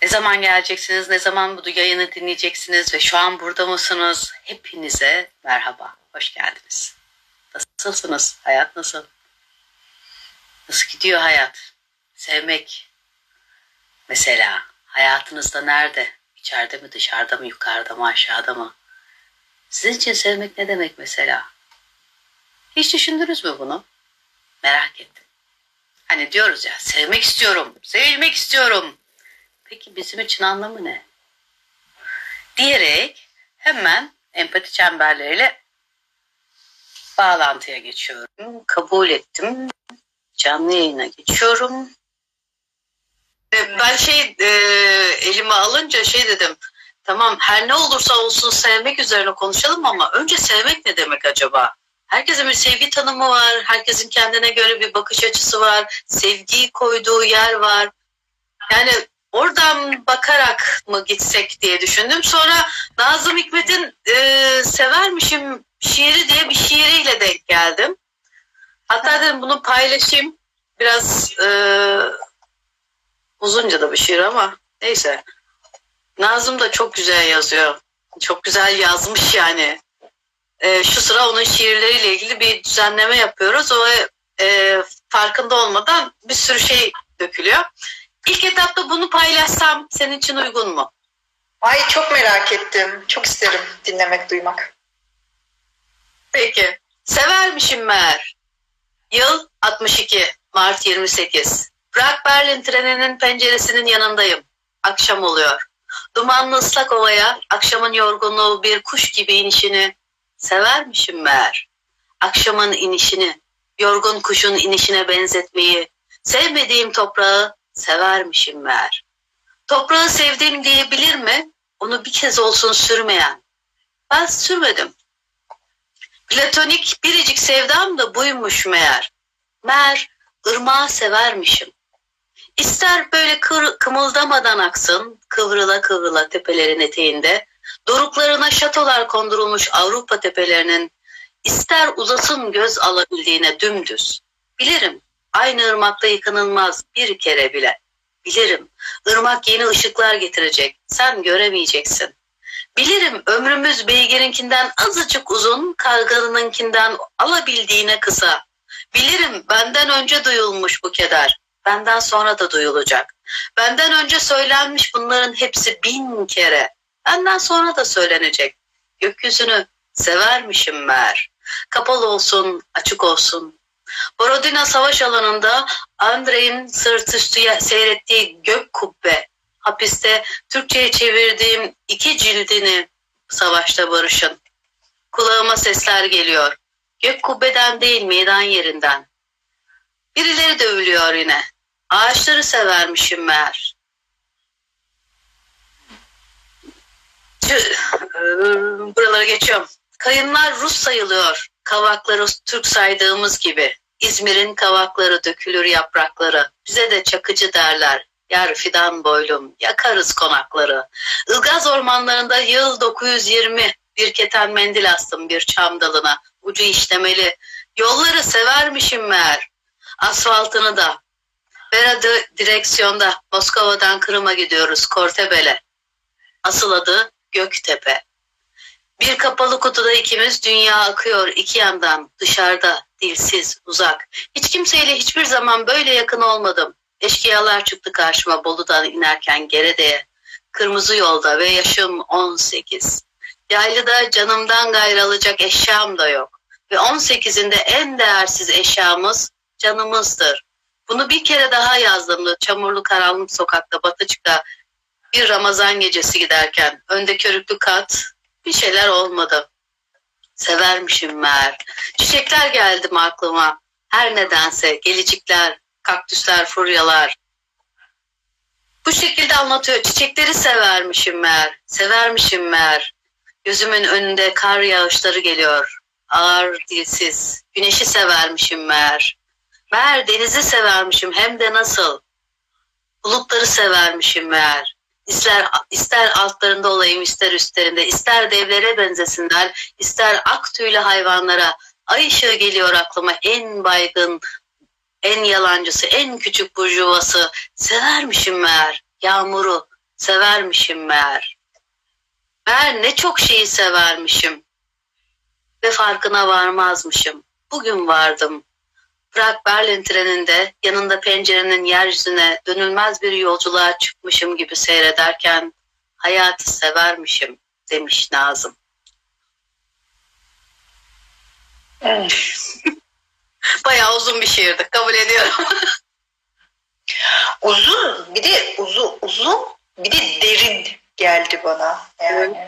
zaman geleceksiniz, ne zaman bu yayını dinleyeceksiniz ve şu an burada mısınız? Hepinize merhaba, hoş geldiniz. Nasılsınız? Hayat nasıl? Nasıl gidiyor hayat? Sevmek mesela hayatınızda nerede? İçeride mi, dışarıda mı, yukarıda mı, aşağıda mı? Sizin için sevmek ne demek mesela? Hiç düşündünüz mü bunu? Merak ettim. Hani diyoruz ya, sevmek istiyorum, sevilmek istiyorum. Peki bizim için anlamı ne? Diyerek hemen empati çemberleriyle bağlantıya geçiyorum. Kabul ettim. Canlı yayına geçiyorum. Ben elime alınca dedim. Tamam, her ne olursa olsun sevmek üzerine konuşalım ama önce sevmek ne demek acaba? Herkesin bir sevgi tanımı var. Herkesin kendine göre bir bakış açısı var. Sevgiyi koyduğu yer var. Yani oradan bakarak mı gitsek diye düşündüm. Sonra Nazım Hikmet'in Severmişim şiiri diye bir şiiriyle denk geldim. Hatta dedim bunu paylaşayım. Biraz uzunca da bir şiir ama neyse. Nazım da çok güzel yazıyor. Çok güzel yazmış yani. Şu sıra onun şiirleriyle ilgili bir düzenleme yapıyoruz. O farkında olmadan bir sürü şey dökülüyor. İlk etapta bunu paylaşsam senin için uygun mu? Ay çok merak ettim. Çok isterim dinlemek, duymak. Peki. Severmişim meğer. Yıl 62, Mart 28. Prag Berlin treninin penceresinin yanındayım. Akşam oluyor. Dumanlı ıslak ovaya akşamın yorgunluğu bir kuş gibi inişini severmişim meğer. Akşamın inişini, yorgun kuşun inişine benzetmeyi, sevmediğim toprağı severmişim meğer. Toprağı sevdiğim diyebilir mi? Onu bir kez olsun sürmeyen. Ben sürmedim. Platonik biricik sevdam da buymuş meğer. Meğer ırmağı severmişim. İster böyle kımıldamadan aksın, kıvrıla kıvrıla tepelerin eteğinde, doruklarına şatolar kondurulmuş Avrupa tepelerinin, ister uzasın göz alabildiğine dümdüz. Bilirim, aynı ırmakta yıkanılmaz bir kere bile. Bilirim, ırmak yeni ışıklar getirecek, sen göremeyeceksin. Bilirim, ömrümüz beygirinkinden azıcık uzun, kargalınınkinden alabildiğine kısa. Bilirim, benden önce duyulmuş bu keder, benden sonra da duyulacak. Benden önce söylenmiş bunların hepsi 1000 kere, benden sonra da söylenecek. Gökyüzünü severmişim meğer. Kapalı olsun, açık olsun. Borodina savaş alanında Andrei'in sırtüstü seyrettiği gök kubbe, hapiste Türkçe'ye çevirdiğim 2 cildini savaşta barışın. Kulağıma sesler geliyor. Gök kubbeden değil, meydan yerinden. Birileri dövülüyor yine. Ağaçları severmişim meğer. Buralara geçiyorum. Kayınlar Rus sayılıyor. Kavakları Türk saydığımız gibi. İzmir'in kavakları dökülür yaprakları. Bize de çakıcı derler. Yar fidan boylum, yakarız konakları. Ilgaz ormanlarında yıl 920 bir keten mendil astım bir çam dalına. Ucu işlemeli. Yolları severmişim meğer. Asfaltını da. Bera direksiyonda Moskova'dan Kırım'a gidiyoruz Kortebel'e. Asıl adı Göktepe. Bir kapalı kutuda ikimiz, dünya akıyor iki yandan, dışarıda, dilsiz, uzak. Hiç kimseyle hiçbir zaman böyle yakın olmadım. Eşkıyalar çıktı karşıma Bolu'dan inerken Gerede'ye. Kırmızı yolda ve yaşım 18. Yaylıda canımdan gayrı alacak eşyam da yok. Ve 18'inde en değersiz eşyamız canımızdır. Bunu bir kere daha yazdım. Çamurlu karanlık sokakta Batıçık'ta bir Ramazan gecesi giderken önde körüklü kat, bir şeyler olmadı. Severmişim meğer. Çiçekler geldi mi aklıma. Her nedense gelicikler, kaktüsler, furyalar. Bu şekilde anlatıyor. Çiçekleri severmişim meğer. Severmişim meğer. Gözümün önünde kar yağışları geliyor. Ağır, dilsiz. Güneşi severmişim meğer. Meğer denizi severmişim hem de nasıl. Bulutları severmişim meğer. İster altlarında olayım, ister üstlerinde, ister devlere benzesinler, ister ak tüylü hayvanlara. Ay ışığı geliyor aklıma, en baygın, en yalancısı, en küçük burjuvası. Severmişim meğer. Yağmuru severmişim meğer. Meğer ne çok şeyi severmişim ve farkına varmazmışım. Bugün vardım. Prag-Berlin treninde yanında pencerenin yeryüzüne dönülmez bir yolculuğa çıkmışım gibi seyrederken hayatı severmişim demiş Nazım. Evet. Bayağı uzun bir şiirdi, kabul ediyorum. Uzun, bir de uzun, bir de derin geldi bana. Yani.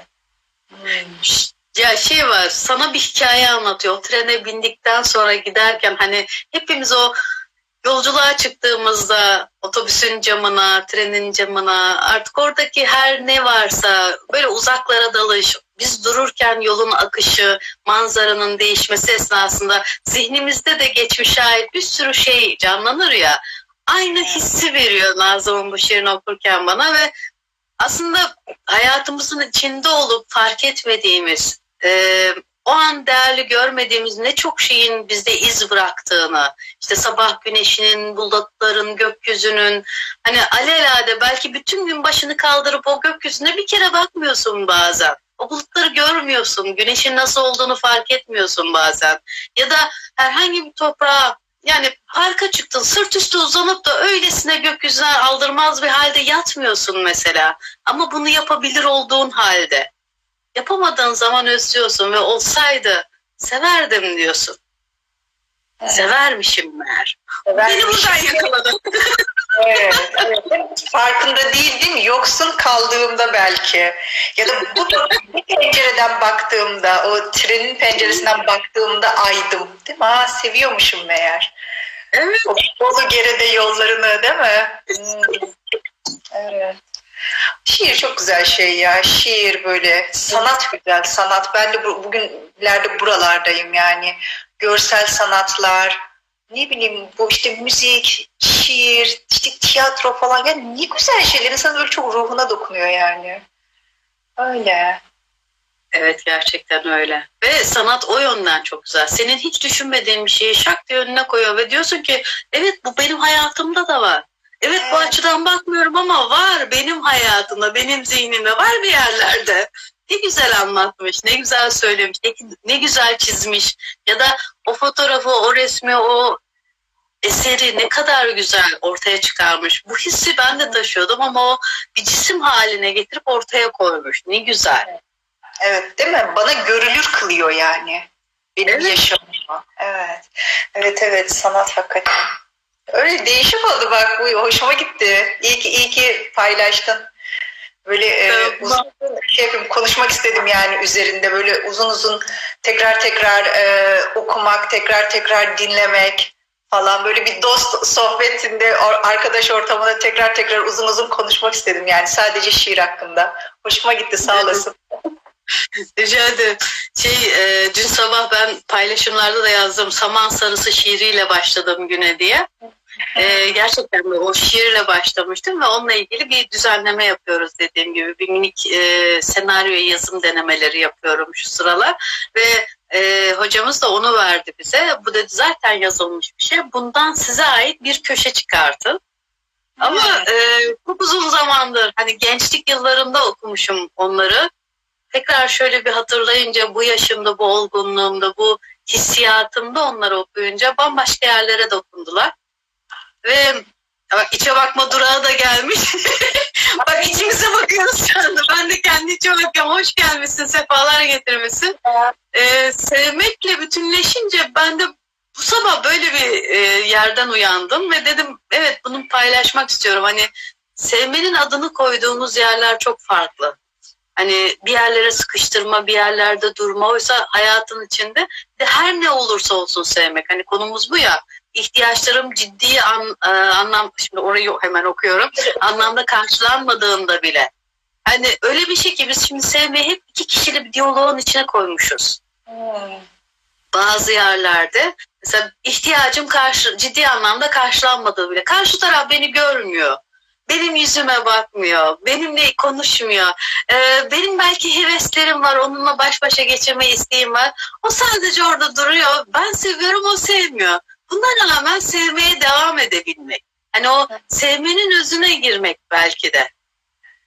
Ya şey var, sana bir hikaye anlatıyor. O trene bindikten sonra giderken hani hepimiz o yolculuğa çıktığımızda otobüsün camına, trenin camına, artık oradaki her ne varsa böyle uzaklara dalış, biz dururken yolun akışı, manzaranın değişmesi esnasında zihnimizde de geçmişe ait bir sürü şey canlanır ya. Aynı hissi veriyor Nazım'ın bu şiirini okurken bana ve aslında hayatımızın içinde olup fark etmediğimiz, o an değerli görmediğimiz ne çok şeyin bizde iz bıraktığını, işte sabah güneşinin, bulutların, gökyüzünün, hani alelade belki bütün gün başını kaldırıp o gökyüzüne bir kere bakmıyorsun bazen. O bulutları görmüyorsun, güneşin nasıl olduğunu fark etmiyorsun bazen. Ya da herhangi bir toprağa, yani parka çıktın, sırt üstü uzanıp da öylesine gökyüzüne aldırmaz bir halde yatmıyorsun mesela. Ama bunu yapabilir olduğun halde. Yapamadığın zaman özlüyorsun ve olsaydı severdim diyorsun. Evet. Severmişim meğer. Beni buradan yakaladın. Evet, evet. Farkında değildim, yoksun kaldığımda belki. Ya da bu pencereden baktığımda, o trenin penceresinden baktığımda aydım. Değil mi? Aa, seviyormuşum meğer. Evet. O Bolu Gerede yollarını, değil mi? Evet. Şiir çok güzel şey ya. Şiir böyle. Sanat güzel. Sanat. Ben de bugünlerde buralardayım yani. Görsel sanatlar, ne bileyim bu işte müzik, şiir, işte tiyatro falan. Yani ne güzel şeyler. İnsanın böyle çok ruhuna dokunuyor yani. Öyle. Evet, gerçekten öyle. Ve sanat o yönden çok güzel. Senin hiç düşünmediğin bir şeyi şak diye önüne koyuyor ve diyorsun ki evet, bu benim hayatımda da var. Evet, bu açıdan bakmıyorum ama var benim hayatımda, benim zihnimde var bir yerlerde. Ne güzel anlatmış, ne güzel söylemiş, ne güzel çizmiş. Ya da o fotoğrafı, o resmi, o eseri ne kadar güzel ortaya çıkarmış. Bu hissi ben de taşıyordum ama o bir cisim haline getirip ortaya koymuş. Ne güzel. Evet, değil mi? Bana görülür kılıyor yani. Benim yaşamımı. Evet. Evet, evet. Sanat hakikaten. Öyle değişik oldu bak. Bu hoşuma gitti. İyi ki paylaştın. Böyle uzun konuşmak istedim yani üzerinde. Böyle uzun uzun tekrar okumak, tekrar dinlemek falan. Böyle bir dost sohbetinde, arkadaş ortamında tekrar uzun uzun konuşmak istedim yani. Sadece şiir hakkında. Hoşuma gitti, sağ olasın. Rica ederim. Dün sabah ben paylaşımlarda da yazdım. Saman Sarısı şiiriyle başladım güne diye. Gerçekten o şiirle başlamıştım ve onunla ilgili bir düzenleme yapıyoruz dediğim gibi. Bir minik senaryo yazım denemeleri yapıyorum şu sıralar. Ve hocamız da onu verdi bize. Bu dedi zaten yazılmış bir şey. Bundan size ait bir köşe çıkartın. Ama çok uzun zamandır, hani gençlik yıllarımda okumuşum onları. Tekrar şöyle bir hatırlayınca, bu yaşımda, bu olgunluğumda, bu hissiyatımda onları okuyunca bambaşka yerlere dokundular. Ve içe bakma durağı da gelmiş. Bak, içimize bakıyoruz şu anda. Ben de kendi içime bakıyorum. Hoş gelmişsin, sefalar getirmişsin. Sevmekle bütünleşince ben de bu sabah böyle bir yerden uyandım ve dedim evet, bunu paylaşmak istiyorum. Hani sevmenin adını koyduğumuz yerler çok farklı. Hani bir yerlere sıkıştırma, bir yerlerde durma. Oysa hayatın içinde de her ne olursa olsun sevmek. Hani konumuz bu ya. İhtiyaçlarım ciddi anlam, şimdi orayı hemen okuyorum. Anlamda karşılanmadığında bile. Hani öyle bir şey ki biz şimdi sevmeyi hep iki kişili bir diyaloğun içine koymuşuz. Bazı yerlerde mesela ihtiyacım ciddi anlamda karşılanmadığı bile. Karşı taraf beni görmüyor. Benim yüzüme bakmıyor. Benimle konuşmuyor. Benim belki heveslerim var. Onunla baş başa geçirme isteğim var. O sadece orada duruyor. Ben seviyorum, o sevmiyor. Buna rağmen sevmeye devam edebilmek. Hani o sevmenin özüne girmek belki de.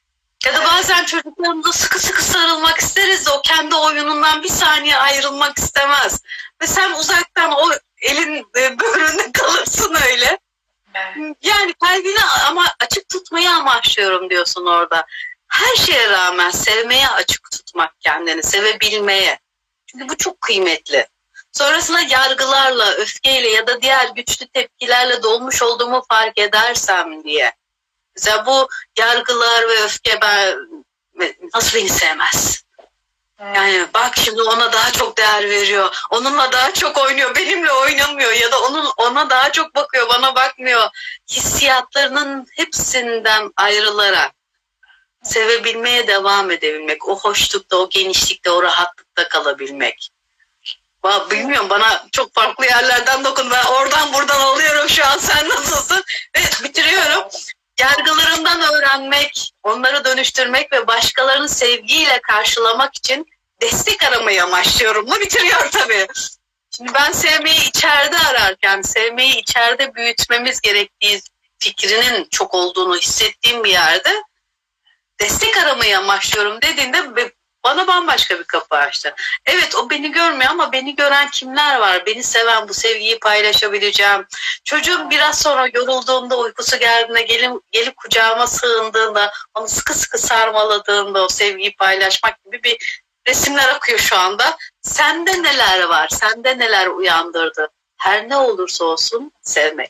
Ya da bazen çocuklarımıza sıkı sıkı sarılmak isteriz de o kendi oyunundan bir saniye ayrılmak istemez. Ve sen uzaktan o elin böğründe kalırsın öyle. Yani kalbini ama açık tutmayı amaçlıyorum diyorsun orada. Her şeye rağmen sevmeye açık tutmak kendini, sevebilmeye. Çünkü bu çok kıymetli. Sonrasında yargılarla, öfkeyle ya da diğer güçlü tepkilerle dolmuş olduğumu fark edersem diye. Mesela bu yargılar ve öfke nasıl beni sevmez? Yani bak şimdi ona daha çok değer veriyor. Onunla daha çok oynuyor. Benimle oynamıyor. Ya da ona daha çok bakıyor. Bana bakmıyor. Hissiyatlarının hepsinden ayrılarak sevebilmeye devam edebilmek. O hoşlukta, o genişlikte, o rahatlıkta kalabilmek. Bilmiyorum, bana çok farklı yerlerden dokundu. Ben oradan buradan alıyorum şu an. Sen nasılsın? Ve bitiriyorum. Yargılarından öğrenmek, onları dönüştürmek ve başkalarını sevgiyle karşılamak için destek aramayı amaçlıyorum. Bu bitiriyor tabii. Şimdi ben sevmeyi içeride ararken, sevmeyi içeride büyütmemiz gerektiği fikrinin çok olduğunu hissettiğim bir yerde destek aramayı amaçlıyorum dediğinde bana bambaşka bir kapı açtı. Evet, o beni görmüyor ama beni gören kimler var? Beni seven, bu sevgiyi paylaşabileceğim. Çocuğum biraz sonra yorulduğunda, uykusu geldiğinde, gelip kucağıma sığındığında, onu sıkı sıkı sarmaladığında o sevgiyi paylaşmak gibi bir resimler akıyor şu anda. Sende neler var? Sende neler uyandırdı? Her ne olursa olsun sevmek.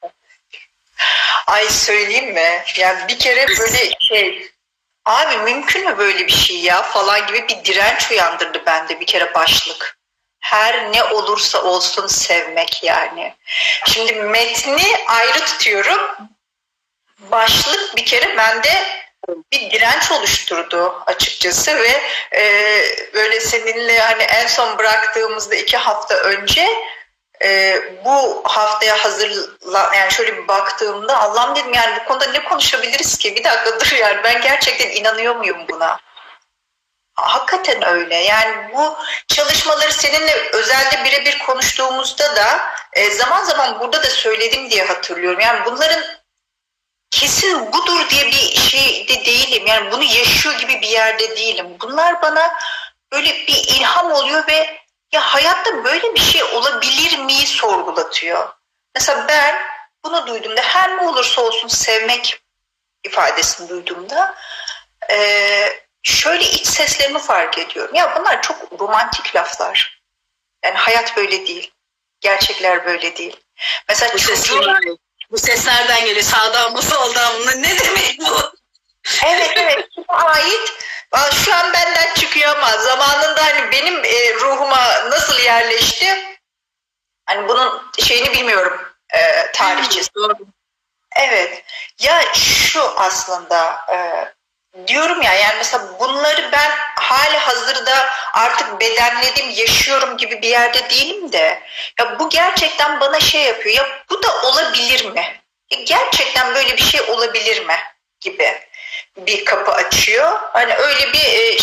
Ay söyleyeyim mi? Yani bir kere böyle abi mümkün mü böyle bir şey ya falan gibi bir direnç uyandırdı bende bir kere başlık. Her ne olursa olsun sevmek yani. Şimdi metni ayrı tutuyorum. Başlık bir kere bende bir direnç oluşturdu açıkçası ve böyle seninle hani en son bıraktığımızda 2 hafta önce bu haftaya yani şöyle bir baktığımda Allah'ım dedim, yani bu konuda ne konuşabiliriz ki? Bir dakika dur, yani ben gerçekten inanıyor muyum buna? Hakikaten öyle. Yani bu çalışmaları seninle özelde birebir konuştuğumuzda da zaman zaman burada da söyledim diye hatırlıyorum. Yani bunların kesin budur diye bir şeyde değilim. Yani bunu yaşıyor gibi bir yerde değilim. Bunlar bana böyle bir ilham oluyor ve ya hayatta böyle bir şey olabilir mi sorgulatıyor. Mesela ben bunu duyduğumda, her ne olursa olsun sevmek ifadesini duyduğumda şöyle iç seslerimi fark ediyorum. Ya bunlar çok romantik laflar. Yani hayat böyle değil. Gerçekler böyle değil. Mesela bu ses nereden geliyor? Sağdan mı soldan mı? Ne demek bu? Evet. Ait. Şu an benden çıkıyor ama zamanında hani benim ruhuma nasıl yerleşti? Hani bunun şeyini bilmiyorum, tarihçesi. Evet. Ya şu aslında diyorum ya, yani mesela bunları ben hali hazırda artık bedenledim, yaşıyorum gibi bir yerde değilim de ya bu gerçekten bana şey yapıyor. Ya bu da olabilir mi? Ya gerçekten böyle bir şey olabilir mi? Gibi bir kapı açıyor. Hani öyle bir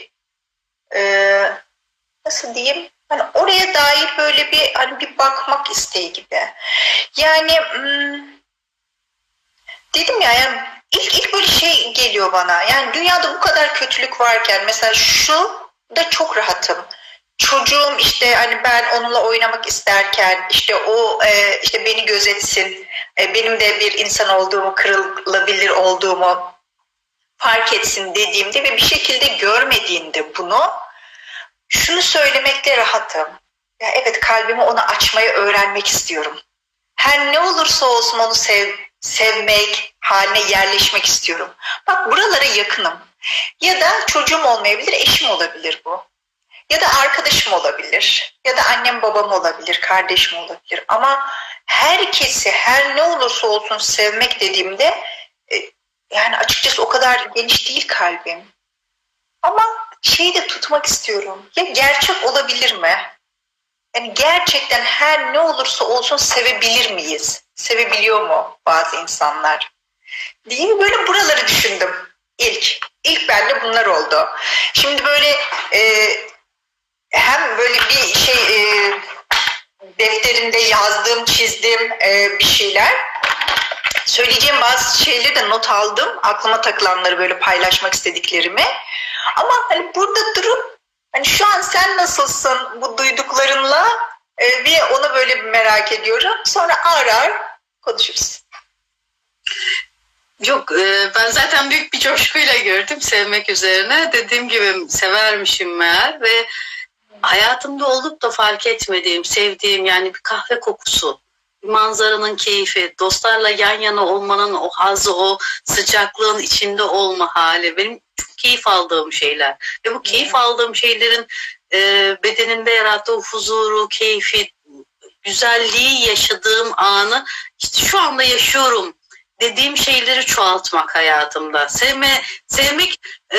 nasıl diyeyim? Hani oraya dair böyle bir hani bir bakmak isteği gibi. Yani dedim ya, yani ilk böyle şey geliyor bana. Yani dünyada bu kadar kötülük varken mesela şu da çok rahatım. Çocuğum işte hani ben onunla oynamak isterken işte o işte beni gözetsin. Benim de bir insan olduğumu, kırılabilir olduğumu fark etsin dediğimde ve bir şekilde görmediğinde bunu, şunu söylemekte rahatım. Ya evet, kalbimi ona açmayı öğrenmek istiyorum. Her ne olursa olsun onu sevmek haline yerleşmek istiyorum. Bak, buralara yakınım. Ya da çocuğum olmayabilir, eşim olabilir bu. Ya da arkadaşım olabilir. Ya da annem babam olabilir, kardeşim olabilir. Ama herkesi her ne olursa olsun sevmek dediğimde yani açıkçası o kadar geniş değil kalbim. Ama şeyi de tutmak istiyorum. Ya gerçek olabilir mi? Yani gerçekten her ne olursa olsun sevebilir miyiz? Sevebiliyor mu bazı insanlar? Diye böyle buraları düşündüm İlk bende bunlar oldu. Şimdi böyle hem böyle bir defterinde yazdığım, çizdiğim bir şeyler. Söyleyeceğim bazı şeyleri de not aldım. Aklıma takılanları böyle paylaşmak istediklerimi. Ama hani burada durup hani şu an sen nasılsın bu duyduklarınla bir onu böyle merak ediyorum. Sonra ağır konuşuruz. Yok, ben zaten büyük bir coşkuyla gördüm sevmek üzerine. Dediğim gibi severmişim meğer ve hayatımda olup da fark etmediğim, sevdiğim yani bir kahve kokusu, bir manzaranın keyfi, dostlarla yan yana olmanın o hazzı, o sıcaklığın içinde olma hali benim çok keyif aldığım şeyler. Ve bu keyif aldığım şeylerin bedenimde yarattığı huzuru, keyfi, güzelliği yaşadığım anı işte şu anda yaşıyorum dediğim şeyleri çoğaltmak hayatımda. Sevmek,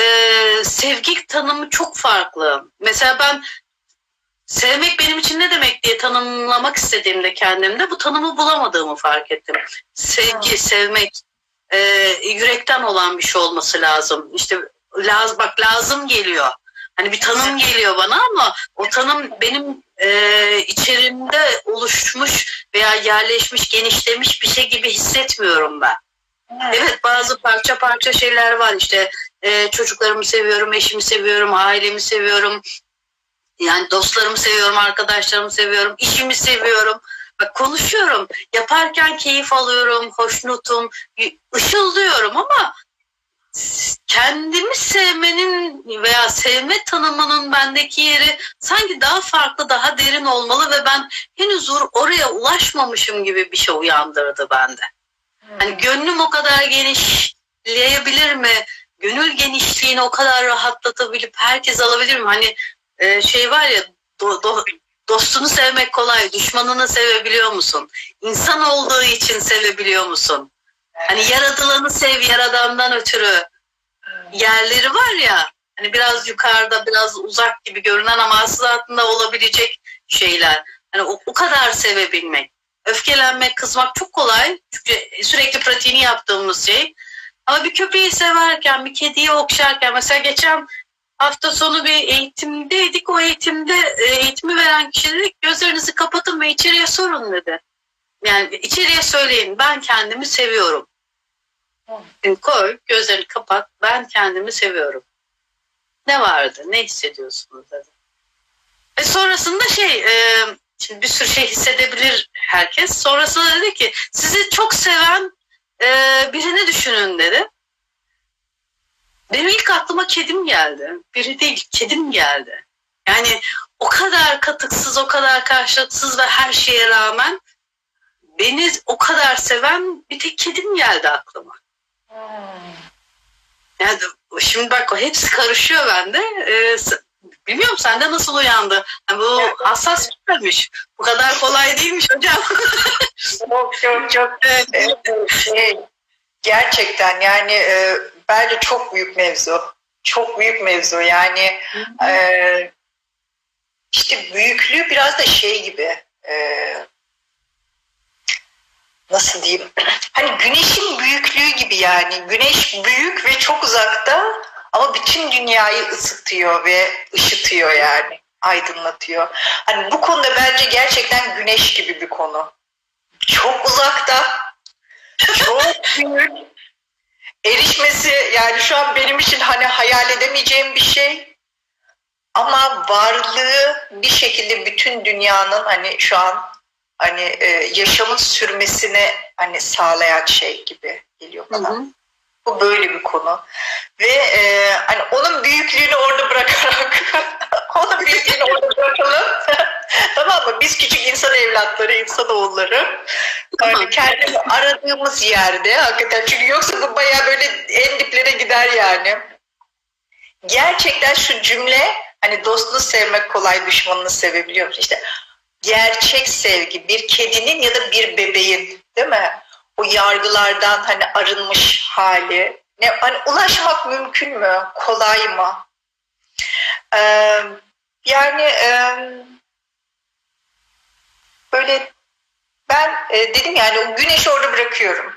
sevgi tanımı çok farklı. Mesela ben sevmek benim için ne demek diye tanımlamak istediğimde kendimde bu tanımı bulamadığımı fark ettim. Sevgi, sevmek yürekten olan bir şey olması lazım. İşte lazım geliyor. Hani bir tanım geliyor bana ama o tanım benim içerimde oluşmuş veya yerleşmiş, genişlemiş bir şey gibi hissetmiyorum ben. Evet, bazı parça parça şeyler var işte çocuklarımı seviyorum, eşimi seviyorum, ailemi seviyorum. Yani dostlarımı seviyorum, arkadaşlarımı seviyorum, işimi seviyorum. Bak konuşuyorum, yaparken keyif alıyorum, hoşnutum, ışıldıyorum ama kendimi sevmenin veya sevme tanımının bendeki yeri sanki daha farklı, daha derin olmalı ve ben henüz oraya ulaşmamışım gibi bir şey uyandırdı bende. Hani gönlüm o kadar genişleyebilir mi? Gönül genişliğini o kadar rahatlatabilip herkes alabilir mi? Hani şey var ya dostunu sevmek kolay, düşmanını sevebiliyor musun? İnsan olduğu için sevebiliyor musun? Hani yaratılanı sev yaradandan ötürü yerleri var ya hani biraz yukarıda biraz uzak gibi görünen ama aslında olabilecek şeyler. Hani o kadar sevebilmek. Öfkelenmek, kızmak çok kolay. Çünkü sürekli pratiğini yaptığımız şey. Ama bir köpeği severken, bir kediyi okşarken mesela geçen hafta sonu bir eğitimdeydik. O eğitimde eğitimi veren kişi dedi ki gözlerinizi kapatın ve içeriye sorun dedi. Yani içeriye söyleyin ben kendimi seviyorum. Koy gözlerini kapat ben kendimi seviyorum. Ne vardı ne hissediyorsunuz dedi. Sonrasında şimdi bir sürü şey hissedebilir herkes. Sonrasında dedi ki sizi çok seven birini düşünün dedi. Benim ilk aklıma kedim geldi. Biri değil kedim geldi. Yani o kadar katıksız, o kadar karşılıksız ve her şeye rağmen beni o kadar seven bir tek kedim geldi aklıma. Yani şimdi bak hepsi karışıyor bende. Bilmiyorum sende nasıl uyandı? Yani bu hassas çıkmış. Bu kadar kolay değilmiş hocam. Çok. Gerçekten yani bence çok büyük mevzu. Çok büyük mevzu yani işte büyüklüğü biraz da şey gibi nasıl diyeyim hani güneşin büyüklüğü gibi yani güneş büyük ve çok uzakta ama bütün dünyayı ısıtıyor ve ışıtıyor yani aydınlatıyor. Hani bu konuda bence gerçekten güneş gibi bir konu. Çok uzakta, çok büyük. Erişmesi yani şu an benim için hani hayal edemeyeceğim bir şey. Ama varlığı bir şekilde bütün dünyanın hani şu an hani yaşamın sürmesine hani sağlayan şey gibi geliyor bana. Hı hı. Bu böyle bir konu. Ve hani onun büyüklüğünü orada bırakarak onun büyüklüğünü orada bırakalım. Tamam mı? Biz küçük insan evlatları, insan oğulları. Yani kendimi aradığımız yerde hakikaten çünkü yoksa bu bayağı böyle en diplere gider yani. Gerçekten şu cümle hani dostunu sevmek kolay düşmanını sevebiliyor musun? İşte gerçek sevgi bir kedinin ya da bir bebeğin değil mi? O yargılardan hani arınmış hali. Hani ulaşmak mümkün mü? Kolay mı? Yani böyle ben dedim yani o güneşi orada bırakıyorum.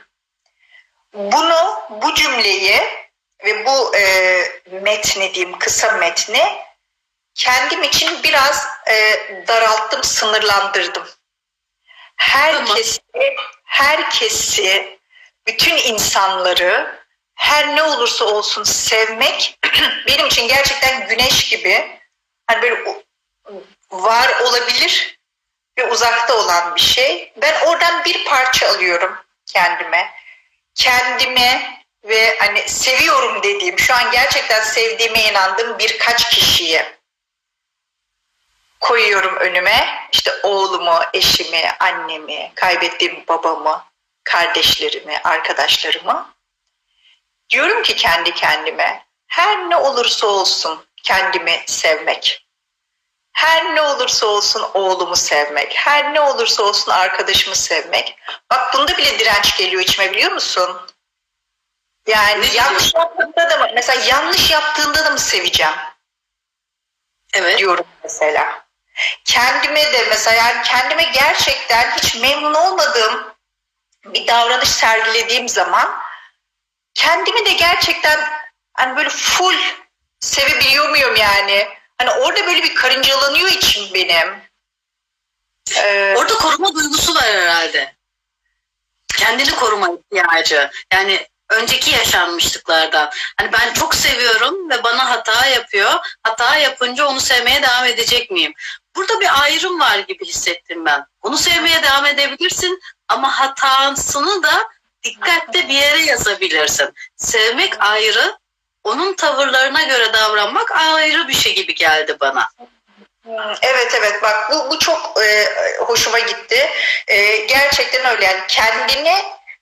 Bu cümleyi ve bu metni diyeyim kısa metni kendim için biraz daralttım, sınırlandırdım. Herkesi bütün insanları her ne olursa olsun sevmek benim için gerçekten güneş gibi, hani böyle var olabilir ve uzakta olan bir şey. Ben oradan bir parça alıyorum kendime. Kendime ve hani seviyorum dediğim, şu an gerçekten sevdiğime inandığım birkaç kişiyi koyuyorum önüme. İşte oğlumu, eşimi, annemi, kaybettiğim babamı, kardeşlerimi, arkadaşlarımı. Diyorum ki kendi kendime, her ne olursa olsun kendimi sevmek. Her ne olursa olsun oğlumu sevmek. Her ne olursa olsun arkadaşımı sevmek. Bak bunda bile direnç geliyor içime, biliyor musun? Yani yanlış yaptığında da mı? Mesela yanlış yaptığında da mı seveceğim? Evet. Diyorum mesela. Kendime de mesela, yani kendime gerçekten hiç memnun olmadığım bir davranış sergilediğim zaman kendimi de gerçekten hani böyle full sevebiliyor muyum yani? Hani orada böyle bir karıncalanıyor içim benim. Orada koruma duygusu var herhalde. Kendini koruma ihtiyacı. Yani önceki yaşanmışlıklardan. Hani ben çok seviyorum ve bana hata yapıyor. Hata yapınca onu sevmeye devam edecek miyim? Burada bir ayrım var gibi hissettim ben. Onu sevmeye devam edebilirsin ama hatasını da dikkatle bir yere yazabilirsin. Sevmek ayrı, onun tavırlarına göre davranmak ayrı bir şey gibi geldi bana. Evet bak bu çok hoşuma gitti. Gerçekten öyle, yani kendini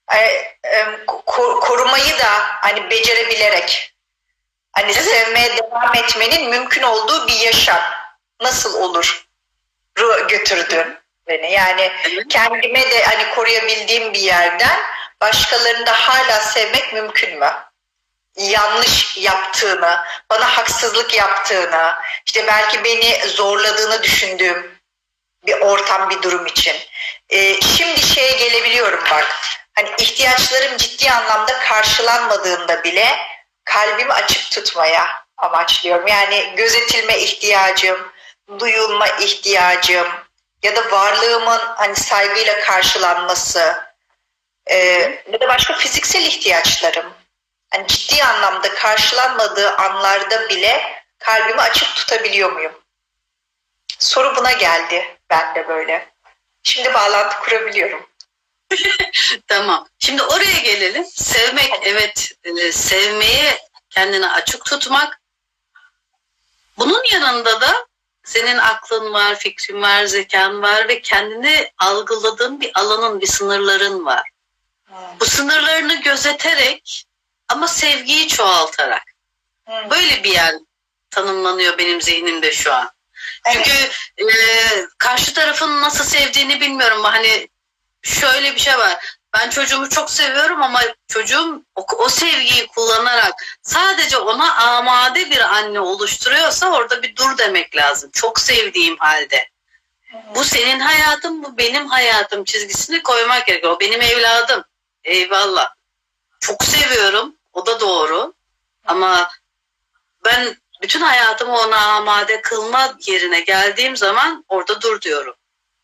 korumayı da hani becerebilerek hani sevmeye devam etmenin mümkün olduğu bir yaşam nasıl olur götürdü beni. Yani kendime de hani koruyabildiğim bir yerden başkalarını da hala sevmek mümkün mü? Yanlış yaptığını, bana haksızlık yaptığını, işte belki beni zorladığını düşündüğüm bir ortam, bir durum için. Şimdi şeye gelebiliyorum bak, hani ihtiyaçlarım ciddi anlamda karşılanmadığında bile kalbimi açık tutmaya amaçlıyorum. Yani gözetilme ihtiyacım, duyulma ihtiyacım ya da varlığımın hani saygıyla karşılanması ya da başka fiziksel ihtiyaçlarım. Yani ciddi anlamda karşılanmadığı anlarda bile kalbimi açık tutabiliyor muyum? Soru buna geldi ben de böyle. Şimdi bağlantı kurabiliyorum. Tamam. Şimdi oraya gelelim. Sevmek, evet, sevmeye kendini açık tutmak. Bunun yanında da senin aklın var, fikrin var, zekan var ve kendini algıladığın bir alanın, bir sınırların var. Bu sınırlarını gözeterek ama sevgiyi çoğaltarak. Böyle bir yer tanımlanıyor benim zihnimde şu an. Çünkü karşı tarafın nasıl sevdiğini bilmiyorum. Hani şöyle bir şey var. Ben çocuğumu çok seviyorum ama çocuğum o sevgiyi kullanarak sadece ona amade bir anne oluşturuyorsa orada bir dur demek lazım. Çok sevdiğim halde. Bu senin hayatın, bu benim hayatım çizgisini koymak gerekiyor. O benim evladım. Eyvallah. Çok seviyorum. O da doğru. Ama ben bütün hayatımı ona amade kılma yerine geldiğim zaman orada dur diyorum.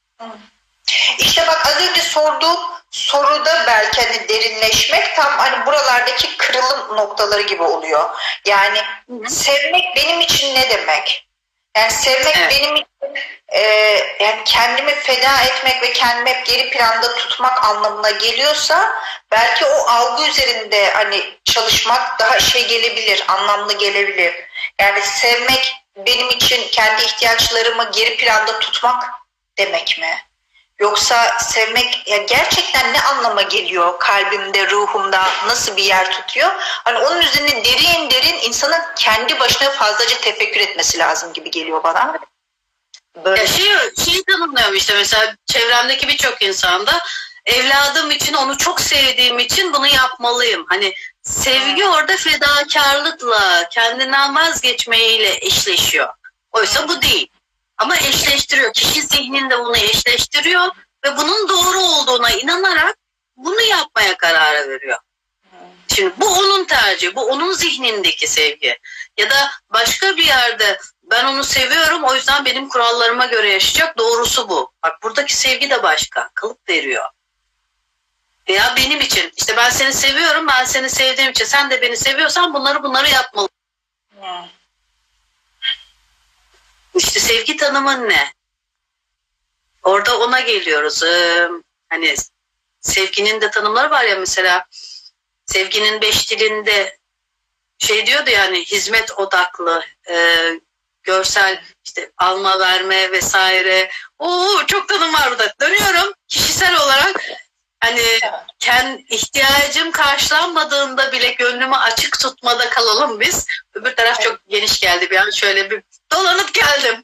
İşte bak az önce sorduğum soruda belki hani derinleşmek tam hani buralardaki kırılım noktaları gibi oluyor. Yani sevmek benim için ne demek? Yani sevmek benim için yani kendimi feda etmek ve kendimi hep geri planda tutmak anlamına geliyorsa belki o algı üzerinde hani çalışmak daha gelebilir, anlamlı gelebilir. Yani sevmek benim için kendi ihtiyaçlarımı geri planda tutmak demek mi? Yoksa sevmek ya gerçekten ne anlama geliyor kalbimde, ruhumda nasıl bir yer tutuyor? Hani onun üzerine derin insanın kendi başına fazlaca tefekkür etmesi lazım gibi geliyor bana. Böyle. Şeyi tanımlıyorum işte mesela çevremdeki birçok insanda evladım için, onu çok sevdiğim için bunu yapmalıyım. Hani sevgi orada fedakarlıkla, kendinden vazgeçmeyle eşleşiyor. Oysa bu değil. Ama eşleştiriyor. Kişi zihninde bunu eşleştiriyor ve bunun doğru olduğuna inanarak bunu yapmaya karar veriyor. Şimdi bu onun tercihi, bu onun zihnindeki sevgi. Ya da başka bir yerde ben onu seviyorum, o yüzden benim kurallarıma göre yaşayacak, doğrusu bu. Bak buradaki sevgi de başka, kalıp veriyor. Veya benim için. İşte ben seni seviyorum, ben seni sevdiğim için sen de beni seviyorsan bunları yapmalısın. İşte sevgi tanımın ne? Orada ona geliyoruz. Hani sevginin de tanımları var ya, mesela sevginin 5 dilinde şey diyordu yani, hizmet odaklı, görsel, işte alma verme vesaire. Çok tanım var burada. Dönüyorum kişisel olarak, hani kendi ihtiyacım karşılanmadığında bile gönlümü açık tutmada kalalım biz. Öbür taraf çok geniş geldi, bir an şöyle bir dolanıp geldim.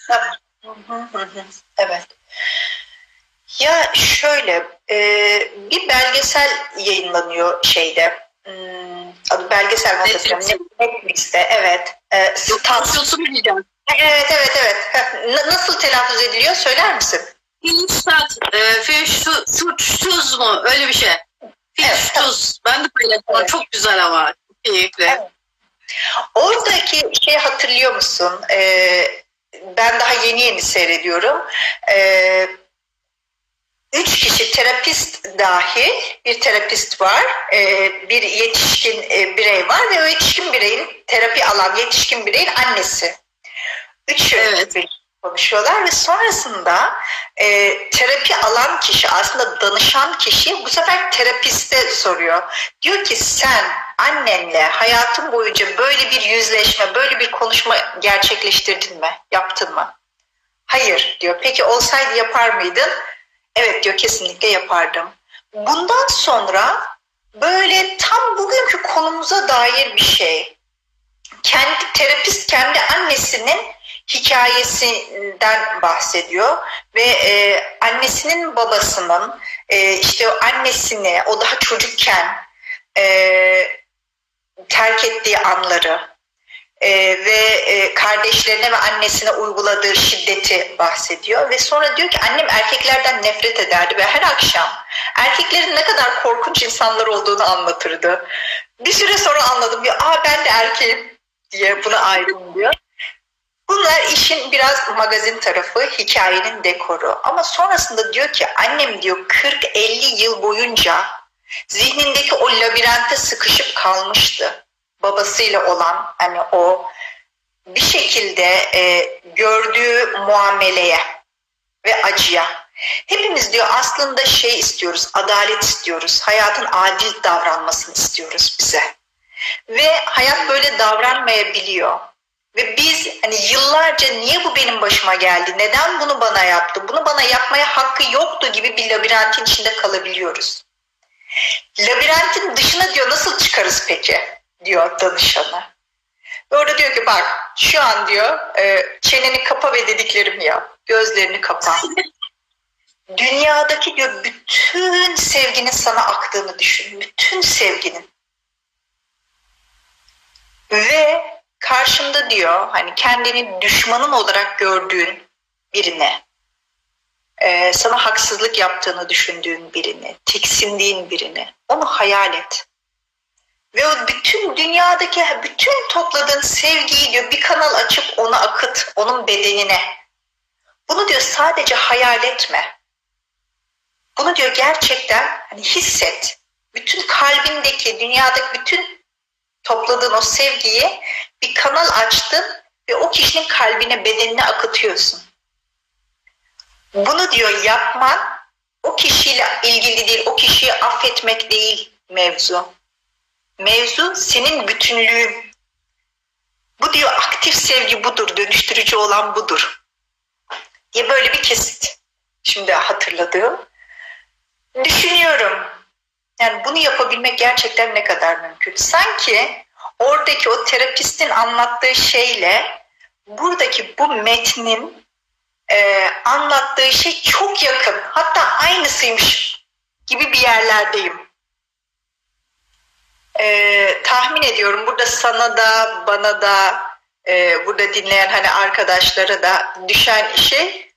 Evet. Ya şöyle, bir belgesel yayınlanıyor şeyde. Adı belgesel mi hatırlamıyorum. Netflix'te, evet. Nasıl mu diyeceğim? Evet. Nasıl telaffuz ediliyor? Söyler misin? Fiş mu? Öyle bir şey. Fiş. Ben de paylaştım. Evet. Çok güzel ama. Çok keyifli. Evet. Oradaki şey hatırlıyor musun? Ben daha yeni seyrediyorum. 3 kişi terapist dahil bir terapist var. Bir yetişkin birey var ve o yetişkin bireyin, terapi alan yetişkin bireyin annesi. Üçü konuşuyorlar ve sonrasında terapi alan kişi, aslında danışan kişi bu sefer terapiste soruyor. Diyor ki sen annenle hayatın boyunca böyle bir yüzleşme, böyle bir konuşma gerçekleştirdin mi? Yaptın mı? Hayır diyor. Peki olsaydı yapar mıydın? Evet diyor, kesinlikle yapardım. Bundan sonra böyle tam bugünkü konumuza dair bir şey. Terapist kendi annesinin hikayesinden bahsediyor ve annesinin babasının işte annesini o daha çocukken terk ettiği anları ve kardeşlerine ve annesine uyguladığı şiddeti bahsediyor ve sonra diyor ki annem erkeklerden nefret ederdi ve her akşam erkeklerin ne kadar korkunç insanlar olduğunu anlatırdı. Bir süre sonra anladım diyor, ben de erkeğim diye buna ayrım diyor. Bunlar işin biraz magazin tarafı, hikayenin dekoru. Ama sonrasında diyor ki annem diyor 40-50 yıl boyunca zihnindeki o labirente sıkışıp kalmıştı. Babasıyla olan hani o bir şekilde gördüğü muameleye ve acıya. Hepimiz diyor aslında şey istiyoruz, adalet istiyoruz. Hayatın adil davranmasını istiyoruz bize. Ve hayat böyle davranmayabiliyor. Ve biz hani yıllarca niye bu benim başıma geldi, neden bunu bana yaptı, bunu bana yapmaya hakkı yoktu gibi bir labirentin içinde kalabiliyoruz. Labirentin dışına diyor nasıl çıkarız peki diyor danışanı. Ve orada diyor ki bak şu an diyor çeneni kapa ve dediklerimi yap, gözlerini kapa. Dünyadaki diyor bütün sevginin sana aktığını düşün, bütün sevginin. Ve karşında diyor hani kendini düşmanın olarak gördüğün birine, sana haksızlık yaptığını düşündüğün birini, tiksindiğin birini, onu hayal et. Ve o bütün dünyadaki bütün topladığın sevgiyi diyor bir kanal açıp ona akıt, onun bedenine. Bunu diyor sadece hayal etme. Bunu diyor gerçekten hani hisset. Bütün kalbindeki, dünyadaki bütün topladığın o sevgiyi bir kanal açtın ve o kişinin kalbine, bedenine akıtıyorsun. Bunu diyor yapman o kişiyle ilgili değil, o kişiyi affetmek değil mevzu. Mevzu senin bütünlüğün. Bu diyor aktif sevgi budur, dönüştürücü olan budur diye böyle bir kesit. Şimdi hatırladığım. Düşünüyorum. Yani bunu yapabilmek gerçekten ne kadar mümkün. Sanki oradaki o terapistin anlattığı şeyle buradaki bu metnin anlattığı şey çok yakın. Hatta aynısıymış gibi bir yerlerdeyim. Tahmin ediyorum burada sana da bana da burada dinleyen hani arkadaşlara da düşen şey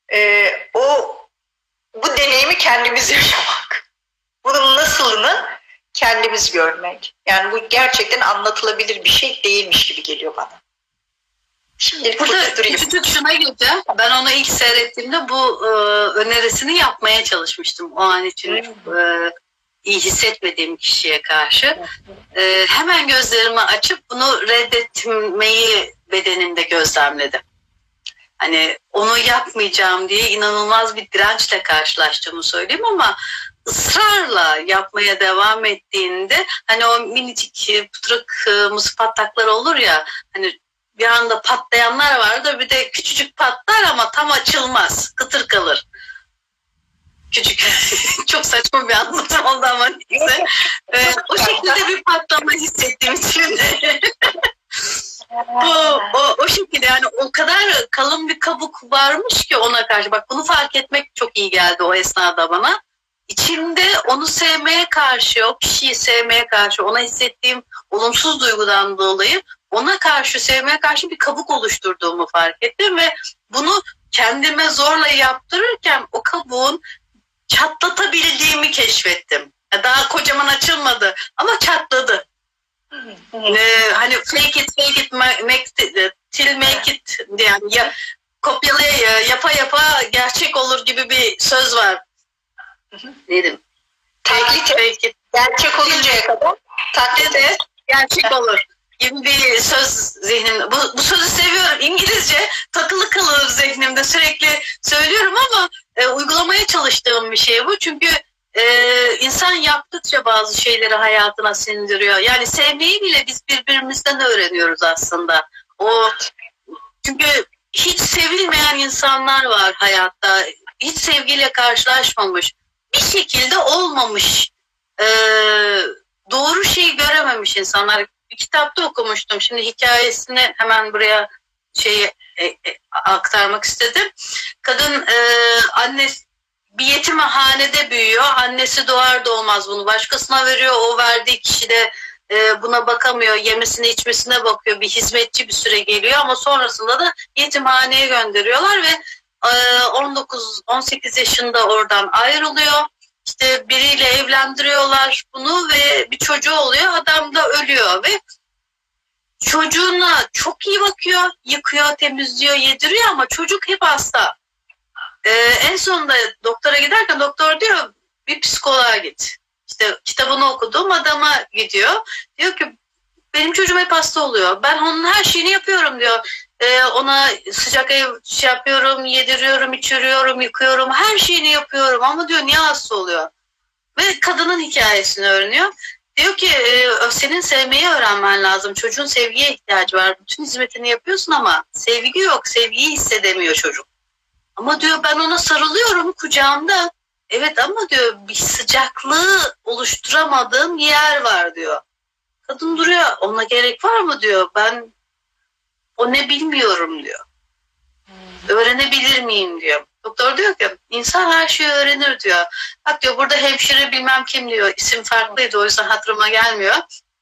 bu deneyimi kendimiz yaşamak. Bunun nasılını kendimiz görmek. Yani bu gerçekten anlatılabilir bir şey değilmiş gibi geliyor bana. Şimdi burada küçük şuna geleceğim. Ben onu ilk seyrettiğimde bu önerisini yapmaya çalışmıştım o an için. iyi hissetmediğim kişiye karşı hemen gözlerimi açıp bunu reddetmeyi bedenimde gözlemledim. Hani onu yapmayacağım diye inanılmaz bir dirençle karşılaştığımı söyleyeyim ama ısrarla yapmaya devam ettiğinde hani o minicik pıtırık muz patlakları olur ya, hani bir anda patlayanlar vardır, bir de küçücük patlar ama tam açılmaz, kıtır kalır. Küçük, çok saçma bir anlatım oldu ama neyse. O şekilde bir patlama hissettiğim için o şekilde, yani o kadar kalın bir kabuk varmış ki ona karşı. Bak, bunu fark etmek çok iyi geldi o esnada bana. İçimde onu sevmeye karşı, o kişiyi sevmeye karşı, ona hissettiğim olumsuz duygudan dolayı ona karşı, sevmeye karşı bir kabuk oluşturduğumu fark ettim ve bunu kendime zorla yaptırırken o kabuğun çatlatabildiğimi keşfettim. Daha kocaman açılmadı ama çatladı. Hani fake it, make it, till make it, yani kopyalaya yapa gerçek olur gibi bir söz var. Dedim. Fake it. Gerçek oluncaya kadar taklit et. Gerçek olur gibi bir söz zihnimde. Bu sözü seviyorum. İngilizce takılı kalır zihnimde. Sürekli söylüyorum ama uygulamaya çalıştığım bir şey bu. Çünkü insan yaptıkça bazı şeyleri hayatına sindiriyor. Yani sevmeyi bile biz birbirimizden öğreniyoruz aslında. Çünkü hiç sevilmeyen insanlar var hayatta. Hiç sevgiyle karşılaşmamış. Bir şekilde olmamış. Doğru şeyi görememiş insanlar. Bir kitapta okumuştum. Şimdi hikayesini hemen buraya aktarmak istedim. Kadın annesi bir yetimhanede büyüyor. Annesi doğar doğmaz bunu başkasına veriyor. O verdiği kişi de buna bakamıyor. Yemesine içmesine bakıyor. Bir hizmetçi bir süre geliyor ama sonrasında da yetimhaneye gönderiyorlar ve 19-18 yaşında oradan ayrılıyor. İşte biriyle evlendiriyorlar bunu ve bir çocuğu oluyor. Adam da ölüyor ve çocuğuna çok iyi bakıyor. Yıkıyor, temizliyor, yediriyor ama çocuk hep hasta. En sonunda doktora giderken doktor diyor bir psikoloğa git. İşte kitabını okuduğum adama gidiyor. Diyor ki benim çocuğum hep hasta oluyor. Ben onun her şeyini yapıyorum diyor. Ona sıcak ev yapıyorum, yediriyorum, içiriyorum, yıkıyorum. Her şeyini yapıyorum ama diyor niye hasta oluyor? Ve kadının hikayesini öğreniyor. Diyor ki senin sevmeyi öğrenmen lazım. Çocuğun sevgiye ihtiyacı var. Bütün hizmetini yapıyorsun ama sevgi yok. Sevgiyi hissedemiyor çocuk. Ama diyor ben ona sarılıyorum kucağımda. Evet ama diyor bir sıcaklığı oluşturamadığım yer var diyor. Kadın duruyor. Ona gerek var mı diyor. Ben o ne bilmiyorum diyor. Öğrenebilir miyim diyor. Doktor diyor ki insan her şeyi öğrenir diyor. Bak diyor burada hemşire bilmem kim diyor. İsim farklıydı o yüzden hatırıma gelmiyor.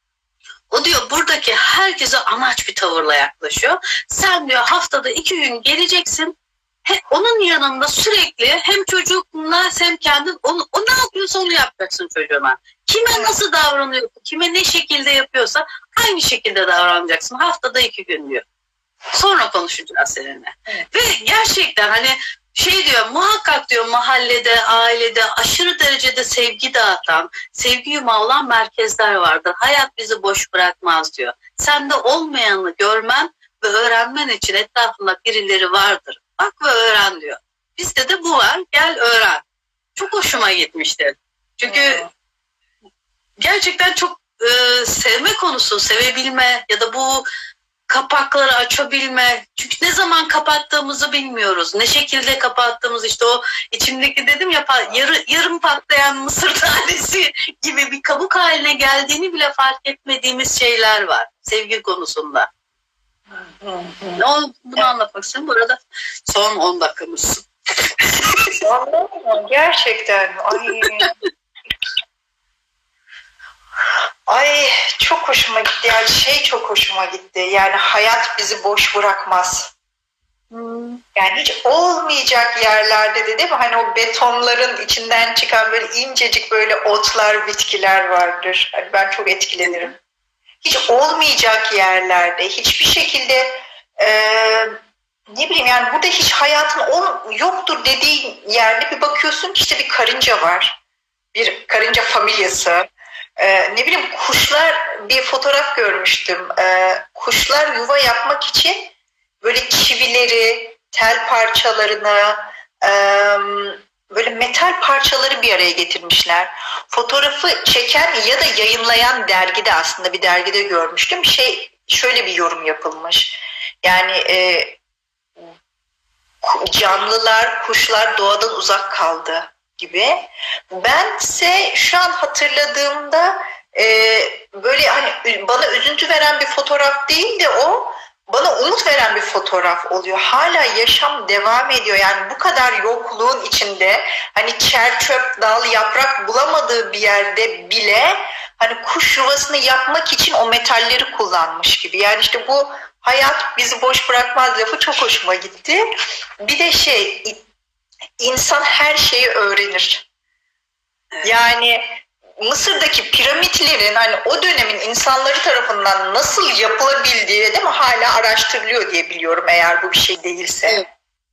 O diyor buradaki herkese anaç bir tavırla yaklaşıyor. Sen diyor haftada 2 gün geleceksin. Onun yanında sürekli hem çocukla hem kendin o ne yapıyorsa onu yapacaksın çocuğuna. Kime nasıl davranıyor, kime ne şekilde yapıyorsa aynı şekilde davranacaksın. Haftada 2 gün diyor. Sonra konuşacağız seninle. Evet. Ve gerçekten hani diyor muhakkak diyor mahallede, ailede aşırı derecede sevgi dağıtan, sevgi yumağı olan merkezler vardır. Hayat bizi boş bırakmaz diyor. Sende olmayanı görmen ve öğrenmen için etrafında birileri vardır. Bak ve öğren diyor. Bizde de bu var. Gel öğren. Çok hoşuma gitmişti. Çünkü gerçekten çok sevme konusu, sevebilme ya da bu kapakları açabilme. Çünkü ne zaman kapattığımızı bilmiyoruz. Ne şekilde kapattığımız işte o içimdeki dedim ya yarım patlayan mısır tanesi gibi bir kabuk haline geldiğini bile fark etmediğimiz şeyler var sevgi konusunda. Bunu anlatmak istiyorum. Burada son 10 dakikamız. Gerçekten. Ay çok hoşuma gitti. Yani çok hoşuma gitti. Yani hayat bizi boş bırakmaz. Yani hiç olmayacak yerlerde de değil mi? Hani o betonların içinden çıkan böyle incecik böyle otlar, bitkiler vardır. Hani ben çok etkilenirim. Hiç olmayacak yerlerde, hiçbir şekilde ne bileyim yani burada hiç hayatın yoktur dediğin yerde bir bakıyorsun ki işte bir karınca var. bir karınca familyası. Ne bileyim kuşlar, bir fotoğraf görmüştüm. Kuşlar yuva yapmak için böyle çivileri, tel parçalarını, böyle metal parçaları bir araya getirmişler. Fotoğrafı çeken ya da yayınlayan dergide, aslında bir dergide görmüştüm. Şöyle bir yorum yapılmış. Yani canlılar, kuşlar doğadan uzak kaldı gibi. Bense şu an hatırladığımda böyle hani bana üzüntü veren bir fotoğraf değil de o bana umut veren bir fotoğraf oluyor. Hala yaşam devam ediyor. Yani bu kadar yokluğun içinde, hani çer çöp dal yaprak bulamadığı bir yerde bile hani kuş yuvasını yapmak için o metalleri kullanmış gibi. Yani işte bu hayat bizi boş bırakmaz lafı çok hoşuma gitti. Bir de insan her şeyi öğrenir. Yani Mısır'daki piramitlerin hani o dönemin insanları tarafından nasıl yapılabildiği değil mi hala araştırılıyor diye biliyorum, eğer bu bir şey değilse. Evet.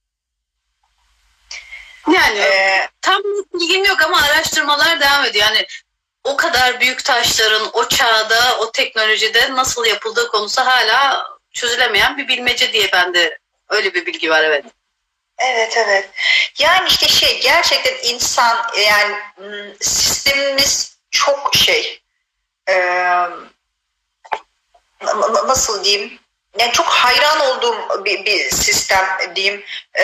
Yani tam bilgim yok ama araştırmalar devam ediyor. Yani o kadar büyük taşların o çağda, o teknolojide nasıl yapıldığı konusu hala çözülemeyen bir bilmece diye bende öyle bir bilgi var, evet. Evet. Yani işte gerçekten insan, yani sistemimiz çok nasıl diyeyim, yani çok hayran olduğum bir sistem diyeyim.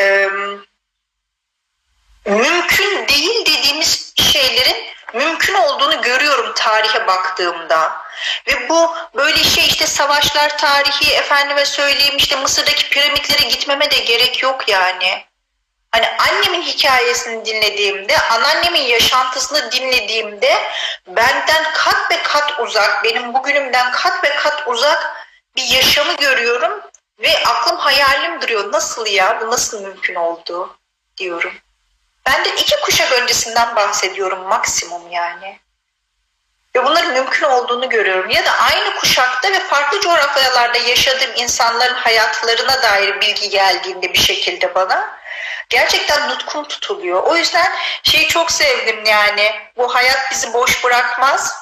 Mümkün değil dediğimiz şeylerin mümkün olduğunu görüyorum tarihe baktığımda. Ve bu böyle işte savaşlar tarihi, efendime söyleyeyim, işte Mısır'daki piramitlere gitmeme de gerek yok yani. Hani annemin hikayesini dinlediğimde, anneannemin yaşantısını dinlediğimde benden kat ve kat uzak, benim bugünümden kat ve kat uzak bir yaşamı görüyorum ve aklım hayalim duruyor. Nasıl ya? Bu nasıl mümkün oldu diyorum. Ben de 2 kuşak öncesinden bahsediyorum maksimum yani. Ve bunların mümkün olduğunu görüyorum. Ya da aynı kuşakta ve farklı coğrafyalarda yaşadığım insanların hayatlarına dair bilgi geldiğinde bir şekilde bana gerçekten nutkum tutuluyor. O yüzden çok sevdim yani. Bu hayat bizi boş bırakmaz.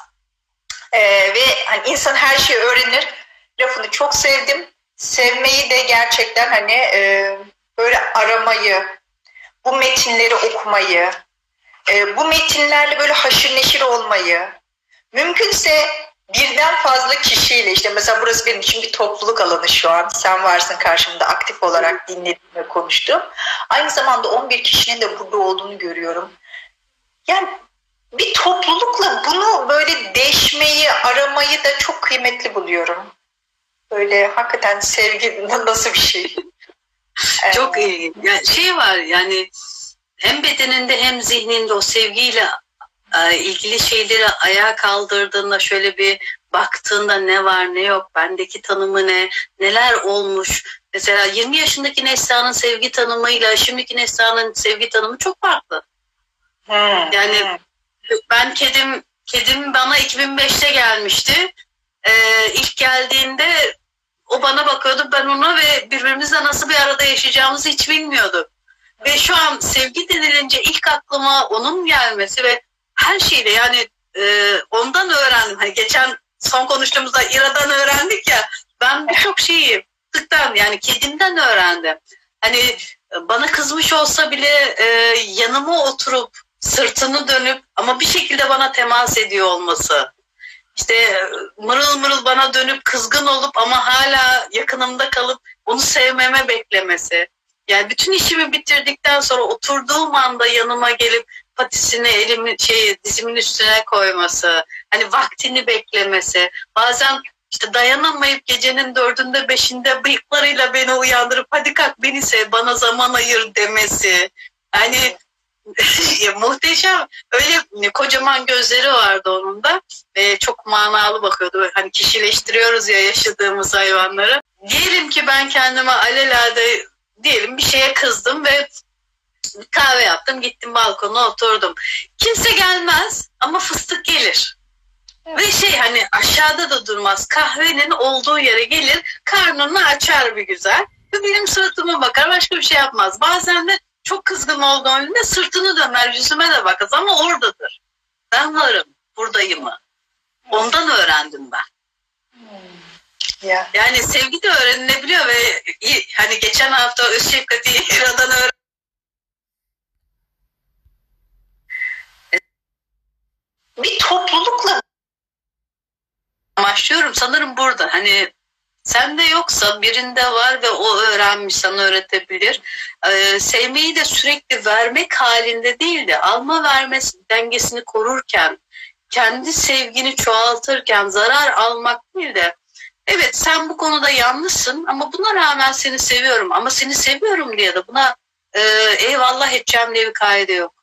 Ve hani insan her şeyi öğrenir lafını çok sevdim. Sevmeyi de gerçekten hani böyle aramayı, bu metinleri okumayı, bu metinlerle böyle haşır neşir olmayı, mümkünse birden fazla kişiyle, işte mesela burası benim için bir topluluk alanı şu an. Sen varsın karşımda, aktif olarak dinledim ve konuştum. Aynı zamanda 11 kişinin de burada olduğunu görüyorum. Yani bir toplulukla bunu böyle deşmeyi, aramayı da çok kıymetli buluyorum. Böyle hakikaten sevgi nasıl bir şey? Çok iyi. Yani var yani, hem bedeninde hem zihninde o sevgiyle ilgili şeyleri ayağa kaldırdığında, şöyle bir baktığında ne var ne yok, bendeki tanımı ne, neler olmuş. Mesela 20 yaşındaki Neslihan'ın sevgi tanımıyla şimdiki Neslihan'ın sevgi tanımı çok farklı. Yani ben kedim bana 2005'te gelmişti. İlk geldiğinde o bana bakıyordu, ben ona, ve birbirimizle nasıl bir arada yaşayacağımızı hiç bilmiyorduk. Ve şu an sevgi denilince ilk aklıma onun gelmesi ve her şeyle, yani ondan öğrendim. Hani geçen son konuştuğumuzda İra'dan öğrendik ya, ben birçok şeyi yani kedimden öğrendim. Hani bana kızmış olsa bile yanıma oturup sırtını dönüp ama bir şekilde bana temas ediyor olması. İşte mırıl mırıl bana dönüp kızgın olup ama hala yakınımda kalıp onu sevmeme beklemesi. Yani bütün işimi bitirdikten sonra oturduğum anda yanıma gelip patisini dizimin üstüne koyması. Hani vaktini beklemesi. Bazen işte dayanamayıp gecenin 4'ünde 5'inde bıyıklarıyla beni uyandırıp hadi kalk beni sev, bana zaman ayır demesi. Yani muhteşem. Öyle kocaman gözleri vardı onun da. Çok manalı bakıyordu. Hani kişileştiriyoruz ya yaşadığımız hayvanları. Diyelim ki ben kendime alelade bir şeye kızdım ve bir kahve yaptım, gittim balkona oturdum. Kimse gelmez ama fıstık gelir. Ve hani aşağıda da durmaz. Kahvenin olduğu yere gelir, karnını açar bir güzel. Ve benim suratıma bakar, başka bir şey yapmaz. Bazen de çok kızgın olduğunda sırtını döner, yüzüme de bakar ama oradadır. Ben varım, buradayımı. Ondan öğrendim ben. Ya. Yani sevgi de öğrenilebiliyor ve hani geçen hafta öz şefkati İra'dan öğrendim. Bir toplulukla başlıyorum sanırım burada. Hani sende yoksa birinde var ve o öğrenmiş, sana öğretebilir. Sevmeyi de sürekli vermek halinde değil de alma verme dengesini korurken, kendi sevgini çoğaltırken zarar almak değil de evet sen bu konuda yanlışsın ama buna rağmen seni seviyorum ama seni seviyorum diye de buna eyvallah edeceğim diye bir kaide yok.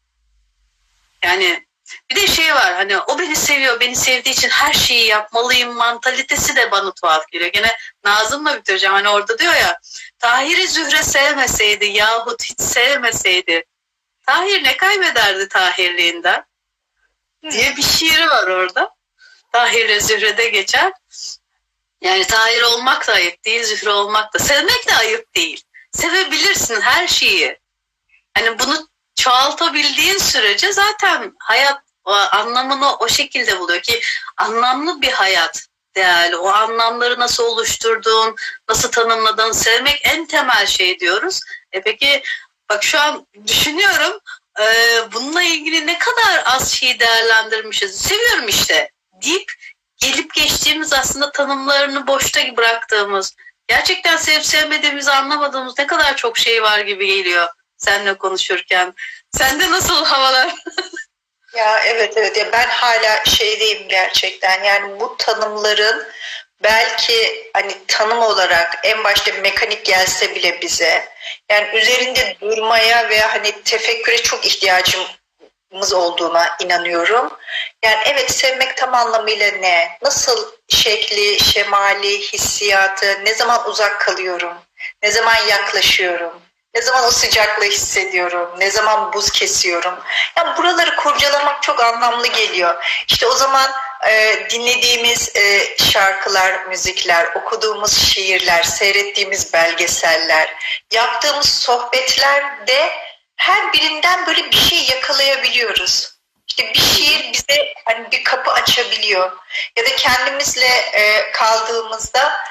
Yani bir de şey var, hani o beni seviyor, beni sevdiği için her şeyi yapmalıyım mantalitesi de bana tuhaf geliyor. Gene Nazım'la bitireceğim, hani orada diyor ya, Tahir'i Zühre sevmeseydi yahut hiç sevmeseydi Tahir ne kaybederdi Tahirliğinden diye bir şiiri var orada. Tahir'le Zühre'de geçer. Yani Tahir olmak da ayıp değil, Zühre olmak da. Sevmek de ayıp değil. Sevebilirsin her şeyi. Hani bunu çoğaltabildiğin sürece zaten hayat o anlamını o şekilde buluyor ki anlamlı bir hayat değerli. O anlamları nasıl oluşturduğun, nasıl tanımladığın, sevmek en temel şey diyoruz. Peki bak şu an düşünüyorum bununla ilgili ne kadar az şeyi değerlendirmişiz. Seviyorum işte deyip gelip geçtiğimiz aslında tanımlarını boşta bıraktığımız, gerçekten sevip sevmediğimizi anlamadığımız ne kadar çok şey var gibi geliyor seninle konuşurken. Sende nasıl havalar? ya evet ya ben hala şeydeyim gerçekten. Yani bu tanımların belki hani tanım olarak en başta mekanik gelse bile bize, yani üzerinde durmaya veya hani tefekküre çok ihtiyacımız olduğuna inanıyorum. Yani evet, sevmek tam anlamıyla ne? Nasıl şekli, şemali, hissiyatı, ne zaman uzak kalıyorum, ne zaman yaklaşıyorum, ne zaman o sıcaklığı hissediyorum, ne zaman buz kesiyorum. Yani buraları kurcalamak çok anlamlı geliyor. İşte o zaman dinlediğimiz şarkılar, müzikler, okuduğumuz şiirler, seyrettiğimiz belgeseller, yaptığımız sohbetlerde her birinden böyle bir şey yakalayabiliyoruz. İşte bir şiir bize hani bir kapı açabiliyor. Ya da kendimizle kaldığımızda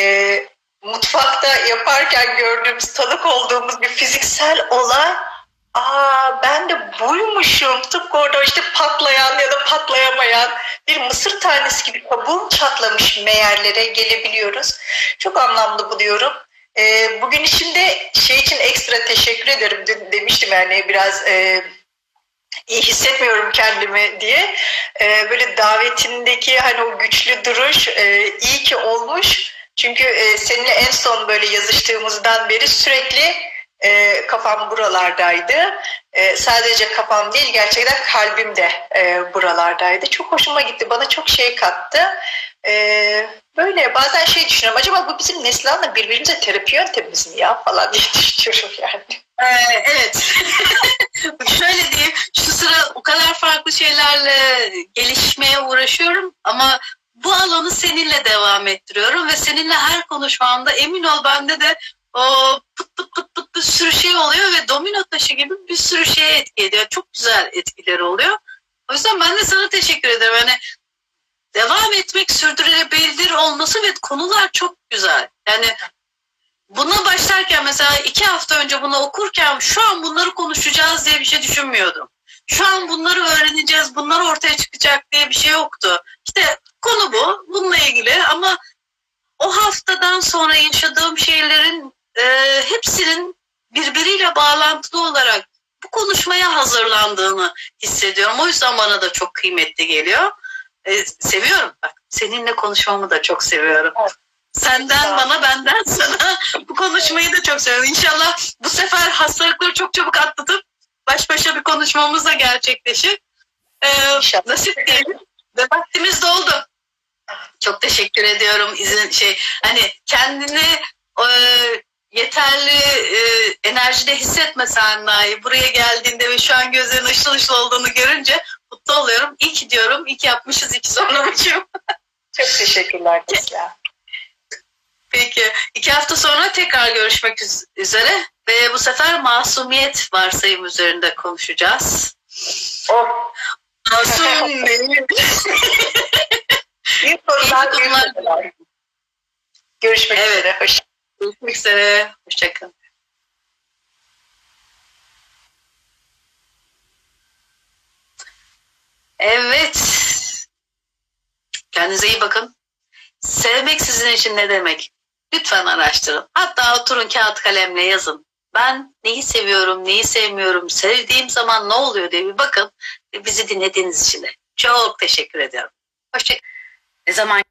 mutfakta yaparken gördüğümüz, tanık olduğumuz bir fiziksel olay, ben de buymuşum. Tıpkı orada işte patlayan ya da patlayamayan bir mısır tanesi gibi kabuğum çatlamış meğerlere gelebiliyoruz. Çok anlamlı buluyorum. Bugün içinde şey için ekstra teşekkür ederim. Dün demiştim yani biraz iyi hissetmiyorum kendimi diye. Böyle davetindeki hani o güçlü duruş iyi ki olmuş. Çünkü seninle en son böyle yazıştığımızdan beri sürekli kafam buralardaydı. Sadece kafam değil, gerçekten kalbim de buralardaydı. Çok hoşuma gitti. Bana çok şey kattı. Böyle bazen şey düşünüyorum. Acaba bu bizim Neslihan'la birbirimize terapi yöntemimiz mi ya falan diye düşünüyorum yani. Evet. Şöyle diyeyim, şu sıra o kadar farklı şeylerle gelişmeye uğraşıyorum ama bu alanı seninle devam ettiriyorum ve seninle her konuşmamda emin ol bende de o pıt pıt pıt pıt bir sürü şey oluyor ve domino taşı gibi bir sürü şeye etki ediyor. Çok güzel etkileri oluyor. O yüzden ben de sana teşekkür ederim. Hani devam etmek, sürdürülebilir olması ve konular çok güzel. Yani buna başlarken mesela 2 hafta önce bunu okurken şu an bunları konuşacağız diye bir şey düşünmüyordum. Şu an bunları öğreneceğiz, bunlar ortaya çıkacak diye bir şey yoktu. İşte konu bu, bununla ilgili ama o haftadan sonra yaşadığım şeylerin hepsinin birbiriyle bağlantılı olarak bu konuşmaya hazırlandığını hissediyorum. O yüzden bana da çok kıymetli geliyor. Seviyorum bak, seninle konuşmamı da çok seviyorum. Evet. Senden bana, benden sana bu konuşmayı da çok seviyorum. İnşallah bu sefer hastalıkları çok çabuk atlatıp baş başa bir konuşmamız da gerçekleşir. Nasip diyelim. Ve vaktimiz doldu. Çok teşekkür ediyorum. Hani kendini yeterli enerjide hissetmesen dahi buraya geldiğinde ve şu an gözlerin ışıl ışıl olduğunu görünce mutlu oluyorum. İyi ki diyorum. İyi ki yapmışız, iyi ki sormamışım. Çok teşekkürler Neslihan. Peki. 2 hafta sonra tekrar görüşmek üzere ve bu sefer masumiyet varsayım üzerinde konuşacağız. Masum değil. Bir soru daha görüşmek Görüşmek Evet. üzere. Görüşmek üzere. Hoşçakalın. Evet. Kendinize iyi bakın. Sevmek sizin için ne demek? Lütfen araştırın. Hatta oturun kağıt kalemle yazın. Ben neyi seviyorum, neyi sevmiyorum, sevdiğim zaman ne oluyor diye bir bakın. Bizi dinlediğiniz için de çok teşekkür ediyorum. Hoşçakalın. Ne zaman